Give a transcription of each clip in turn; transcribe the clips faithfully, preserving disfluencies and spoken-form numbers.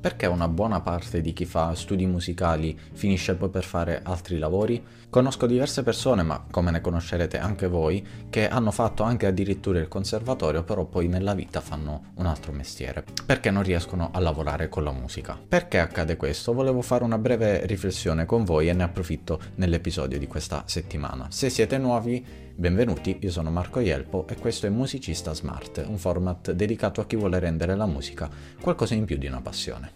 Perché una buona parte di chi fa studi musicali finisce poi per fare altri lavori? Conosco diverse persone, ma come ne conoscerete anche voi, che hanno fatto anche addirittura il conservatorio, però poi nella vita fanno un altro mestiere, perché non riescono a lavorare con la musica. Perché accade questo? Volevo fare una breve riflessione con voi e ne approfitto nell'episodio di questa settimana. Se siete nuovi, benvenuti, io sono Marco Ielpo e questo è Musicista Smart, un format dedicato a chi vuole rendere la musica qualcosa in più di una passione.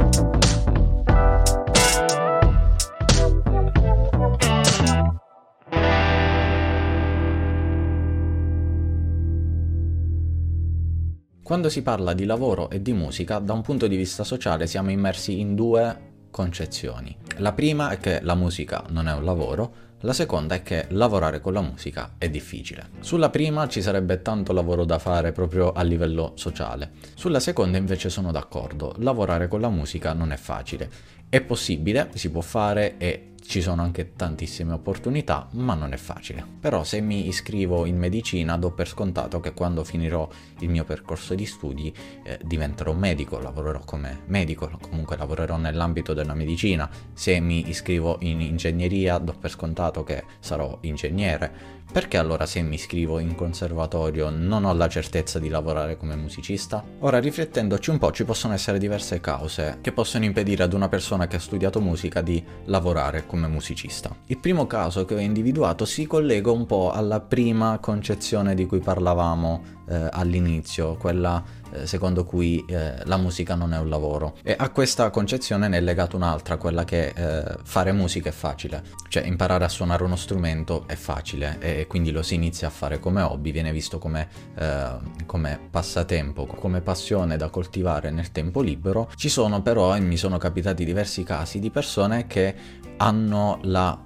Quando si parla di lavoro e di musica, da un punto di vista sociale siamo immersi in due concezioni. La prima è che la musica non è un lavoro, la seconda è che lavorare con la musica è difficile. Sulla prima ci sarebbe tanto lavoro da fare proprio a livello sociale. Sulla seconda invece sono d'accordo, lavorare con la musica non è facile. È possibile, si può fare e ci sono anche tantissime opportunità, ma non è facile. Però se mi iscrivo in medicina do per scontato che quando finirò il mio percorso di studi eh, diventerò medico, lavorerò come medico, comunque lavorerò nell'ambito della medicina. Se mi iscrivo in ingegneria do per scontato che sarò ingegnere. Perché allora se mi iscrivo in conservatorio non ho la certezza di lavorare come musicista? Ora, riflettendoci un po', ci possono essere diverse cause che possono impedire ad una persona che ha studiato musica di lavorare come musicista. Il primo caso che ho individuato si collega un po' alla prima concezione di cui parlavamo eh, all'inizio, quella eh, secondo cui eh, la musica non è un lavoro. E a questa concezione ne è legata un'altra, quella che eh, fare musica è facile, cioè imparare a suonare uno strumento è facile e quindi lo si inizia a fare come hobby, viene visto come, eh, come passatempo, come passione da coltivare nel tempo libero. Ci sono però, e mi sono capitati diversi casi di persone che hanno la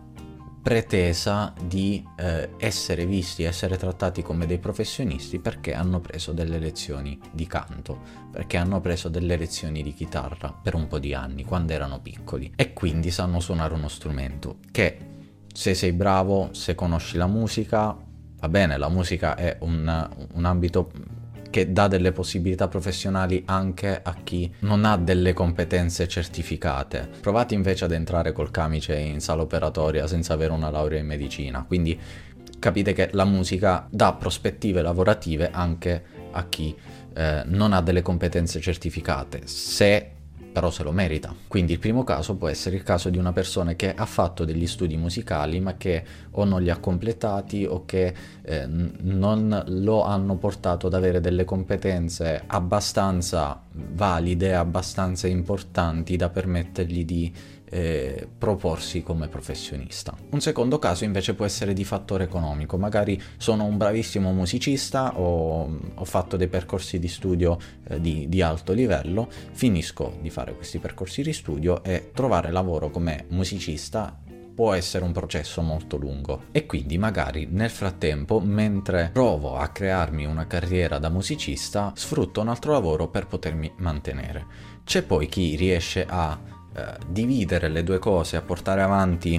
pretesa di eh, essere visti, essere trattati come dei professionisti perché hanno preso delle lezioni di canto, perché hanno preso delle lezioni di chitarra per un po' di anni quando erano piccoli e quindi sanno suonare uno strumento che, se sei bravo, se conosci la musica, va bene, la musica è un, un ambito che dà delle possibilità professionali anche a chi non ha delle competenze certificate. Provate invece ad entrare col camice in sala operatoria senza avere una laurea in medicina, quindi capite che la musica dà prospettive lavorative anche a chi eh, non ha delle competenze certificate, se però se lo merita. Quindi il primo caso può essere il caso di una persona che ha fatto degli studi musicali ma che o non li ha completati o che eh, non lo hanno portato ad avere delle competenze abbastanza valide, abbastanza importanti da permettergli di Eh, proporsi come professionista. Un secondo caso invece può essere di fattore economico, magari sono un bravissimo musicista o ho fatto dei percorsi di studio eh, di, di alto livello, finisco di fare questi percorsi di studio e trovare lavoro come musicista può essere un processo molto lungo e quindi magari nel frattempo, mentre provo a crearmi una carriera da musicista, sfrutto un altro lavoro per potermi mantenere. C'è poi chi riesce a Uh, dividere le due cose, a portare avanti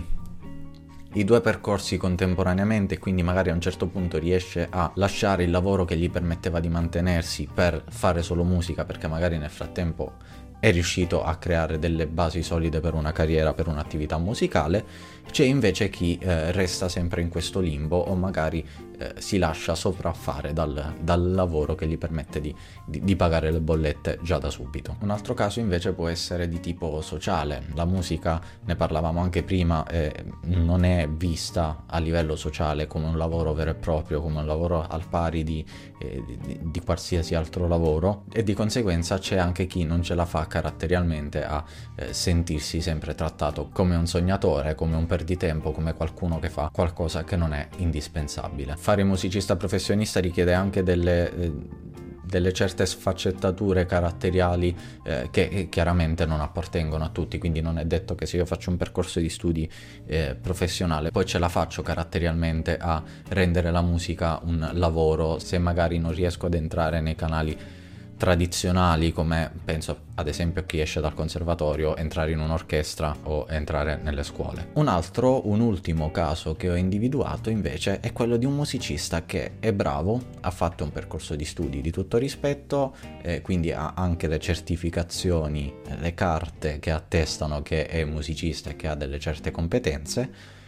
i due percorsi contemporaneamente e quindi magari a un certo punto riesce a lasciare il lavoro che gli permetteva di mantenersi per fare solo musica perché magari nel frattempo è riuscito a creare delle basi solide per una carriera, per un'attività musicale. C'è invece chi eh, resta sempre in questo limbo o magari eh, si lascia sopraffare dal, dal lavoro che gli permette di, di, di pagare le bollette già da subito. Un altro caso invece può essere di tipo sociale. La musica, ne parlavamo anche prima, eh, non è vista a livello sociale come un lavoro vero e proprio, come un lavoro al pari di, eh, di, di qualsiasi altro lavoro e di conseguenza c'è anche chi non ce la fa caratterialmente a eh, sentirsi sempre trattato come un sognatore, come un perditempo, come qualcuno che fa qualcosa che non è indispensabile. Fare musicista professionista richiede anche delle, eh, delle certe sfaccettature caratteriali eh, che chiaramente non appartengono a tutti, quindi non è detto che se io faccio un percorso di studi eh, professionale poi ce la faccio caratterialmente a rendere la musica un lavoro, se magari non riesco ad entrare nei canali tradizionali, come penso ad esempio a chi esce dal conservatorio, entrare in un'orchestra o entrare nelle scuole. Un altro, un ultimo caso che ho individuato invece è quello di un musicista che è bravo, ha fatto un percorso di studi di tutto rispetto, eh, quindi ha anche le certificazioni, le carte che attestano che è musicista e che ha delle certe competenze,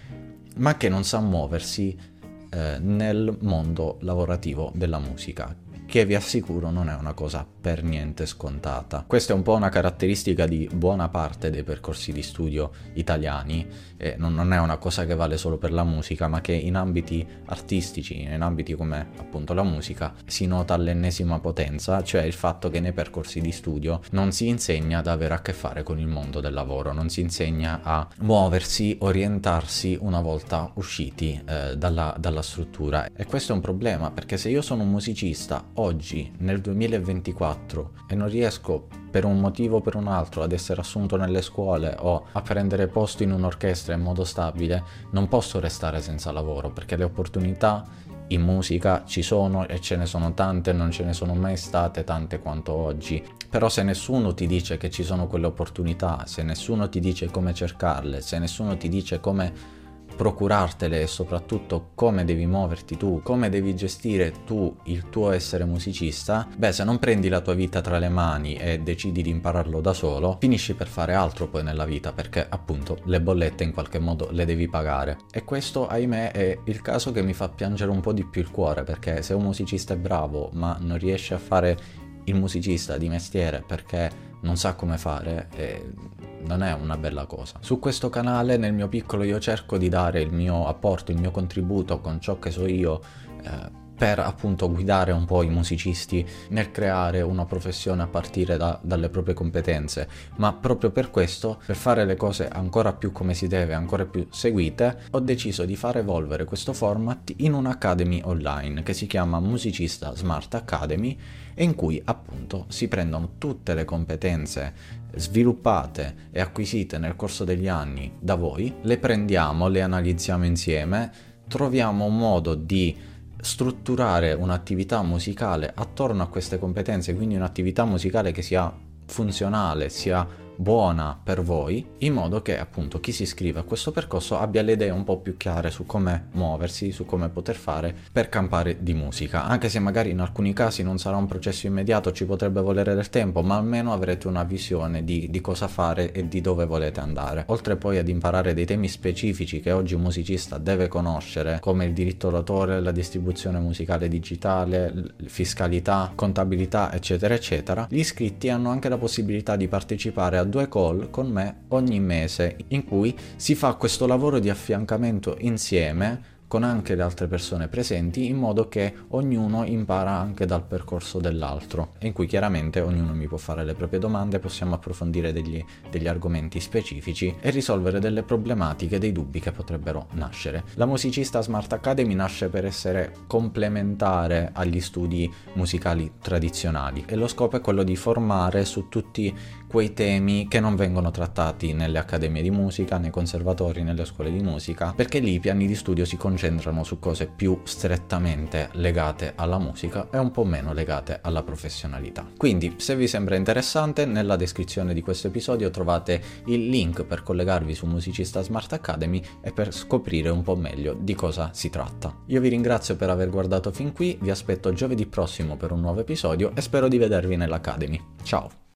ma che non sa muoversi eh, nel mondo lavorativo della musica, che vi assicuro non è una cosa per niente scontata. Questa è un po' una caratteristica di buona parte dei percorsi di studio italiani, e non, non è una cosa che vale solo per la musica, ma che in ambiti artistici, in ambiti come appunto la musica, si nota all'ennesima potenza, cioè il fatto che nei percorsi di studio non si insegna ad avere a che fare con il mondo del lavoro, non si insegna a muoversi, orientarsi una volta usciti eh, dalla, dalla struttura. E questo è un problema, perché se io sono un musicista oggi nel duemilaventiquattro e non riesco per un motivo o per un altro ad essere assunto nelle scuole o a prendere posto in un'orchestra in modo stabile, non posso restare senza lavoro, perché le opportunità in musica ci sono e ce ne sono tante, non ce ne sono mai state tante quanto oggi. Però se nessuno ti dice che ci sono quelle opportunità, se nessuno ti dice come cercarle, se nessuno ti dice come procurartele e soprattutto come devi muoverti tu, come devi gestire tu il tuo essere musicista, beh, se non prendi la tua vita tra le mani e decidi di impararlo da solo, finisci per fare altro poi nella vita, perché appunto le bollette in qualche modo le devi pagare. E questo, ahimè, è il caso che mi fa piangere un po' di più il cuore, perché se un musicista è bravo ma non riesce a fare il musicista di mestiere perché non sa come fare, eh, non è una bella cosa. Su questo canale, nel mio piccolo, io cerco di dare il mio apporto, il mio contributo con ciò che so io, eh, per appunto guidare un po' i musicisti nel creare una professione a partire da, dalle proprie competenze, ma proprio per questo, per fare le cose ancora più come si deve, ancora più seguite, ho deciso di far evolvere questo format in un'academy online che si chiama Musicista Smart Academy, e in cui appunto si prendono tutte le competenze sviluppate e acquisite nel corso degli anni da voi, le prendiamo, le analizziamo insieme, troviamo un modo di strutturare un'attività musicale attorno a queste competenze, quindi un'attività musicale che sia funzionale, sia buona per voi, in modo che appunto chi si iscrive a questo percorso abbia le idee un po' più chiare su come muoversi, su come poter fare per campare di musica, anche se magari in alcuni casi non sarà un processo immediato, ci potrebbe volere del tempo, ma almeno avrete una visione di, di cosa fare e di dove volete andare, oltre poi ad imparare dei temi specifici che oggi un musicista deve conoscere, come il diritto d'autore, la distribuzione musicale digitale, fiscalità, contabilità, eccetera eccetera. Gli iscritti hanno anche la possibilità di partecipare a due call con me ogni mese, in cui si fa questo lavoro di affiancamento insieme con anche le altre persone presenti, in modo che ognuno impara anche dal percorso dell'altro, e in cui chiaramente ognuno mi può fare le proprie domande, possiamo approfondire degli, degli argomenti specifici e risolvere delle problematiche, dei dubbi che potrebbero nascere. La Musicista Smart Academy nasce per essere complementare agli studi musicali tradizionali, e lo scopo è quello di formare su tutti quei temi che non vengono trattati nelle accademie di musica, nei conservatori, nelle scuole di musica, perché lì i piani di studio si concentrano su cose più strettamente legate alla musica e un po' meno legate alla professionalità. Quindi, se vi sembra interessante, nella descrizione di questo episodio trovate il link per collegarvi su Musicista Smart Academy e per scoprire un po' meglio di cosa si tratta. Io vi ringrazio per aver guardato fin qui, vi aspetto giovedì prossimo per un nuovo episodio e spero di vedervi nell'Academy. Ciao!